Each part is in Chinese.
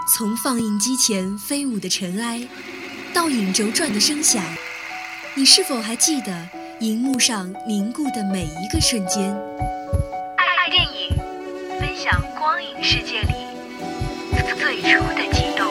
从放映机前飞舞的尘埃，到影轴转的声响，你是否还记得荧幕上凝固的每一个瞬间？ 爱电影，分享光影世界里最初的激动。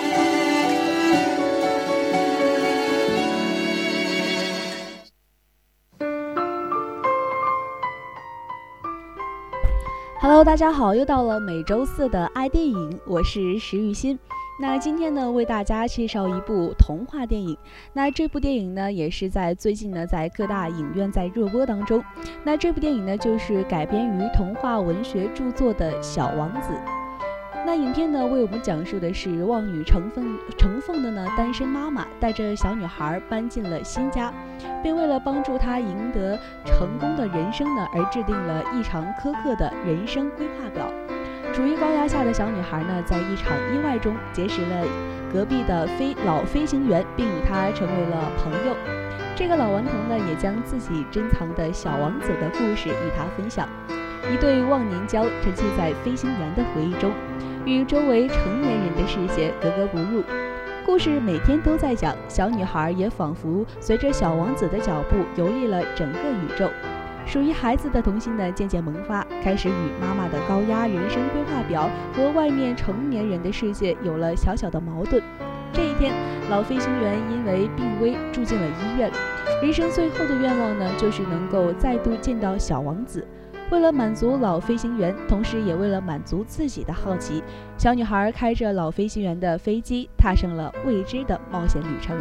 Hello， 大家好，又到了每周四的爱电影，我是石雨欣。那今天呢，为大家介绍一部童话电影。那这部电影呢，也是在最近呢，在各大影院在热播当中。那这部电影呢，就是改编于童话文学著作的《小王子》。那影片呢，为我们讲述的是望女成凤的呢单身妈妈带着小女孩搬进了新家，并为了帮助她赢得成功的人生呢，而制定了异常苛刻的人生规划表。处于高压下的小女孩呢，在一场意外中结识了隔壁的老飞行员，并与他成为了朋友。这个老顽童呢，也将自己珍藏的小王子的故事与他分享。一对忘年交沉浸在飞行员的回忆中，与周围成年人的世界格格不入。故事每天都在讲，小女孩也仿佛随着小王子的脚步游历了整个宇宙。属于孩子的童心呢，渐渐萌发，开始与妈妈的高压人生规划表和外面成年人的世界有了小小的矛盾。这一天，老飞行员因为病危住进了医院，人生最后的愿望呢，就是能够再度见到小王子。为了满足老飞行员，同时也为了满足自己的好奇，小女孩开着老飞行员的飞机，踏上了未知的冒险旅程。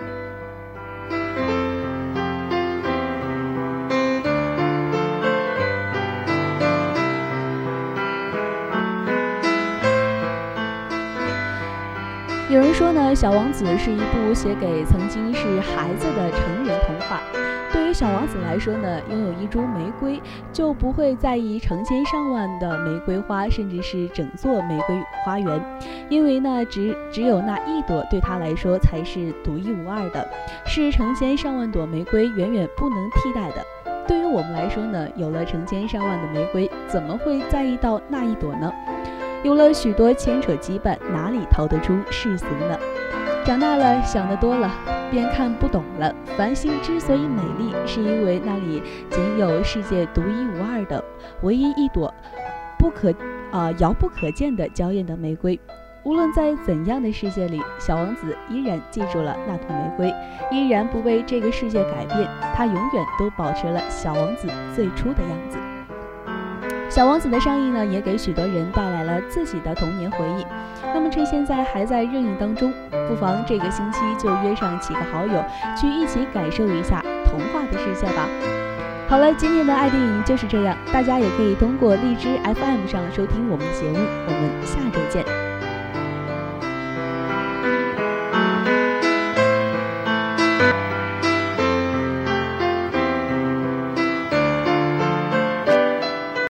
有人说呢，《小王子》是一部写给曾经是孩子的成人童话。对于小王子来说呢，拥有一株玫瑰就不会在意成千上万的玫瑰花，甚至是整座玫瑰花园，因为呢，只有那一朵对他来说才是独一无二的，是成千上万朵玫瑰远远不能替代的。对于我们来说呢，有了成千上万的玫瑰，怎么会在意到那一朵呢？有了许多牵扯羁绊，哪里逃得出世俗呢？长大了，想得多了，便看不懂了。繁星之所以美丽，是因为那里仅有世界独一无二的唯一一朵遥不可见的娇艳的玫瑰。无论在怎样的世界里，小王子依然记住了那朵玫瑰，依然不为这个世界改变，他永远都保持了小王子最初的样子。小王子的上映呢，也给许多人带来了自己的童年回忆。那么趁现在还在热映当中，不妨这个星期就约上几个好友，去一起感受一下童话的世界吧。好了，今天的爱电影就是这样，大家也可以通过荔枝 FM 上收听我们的节目，我们下周见。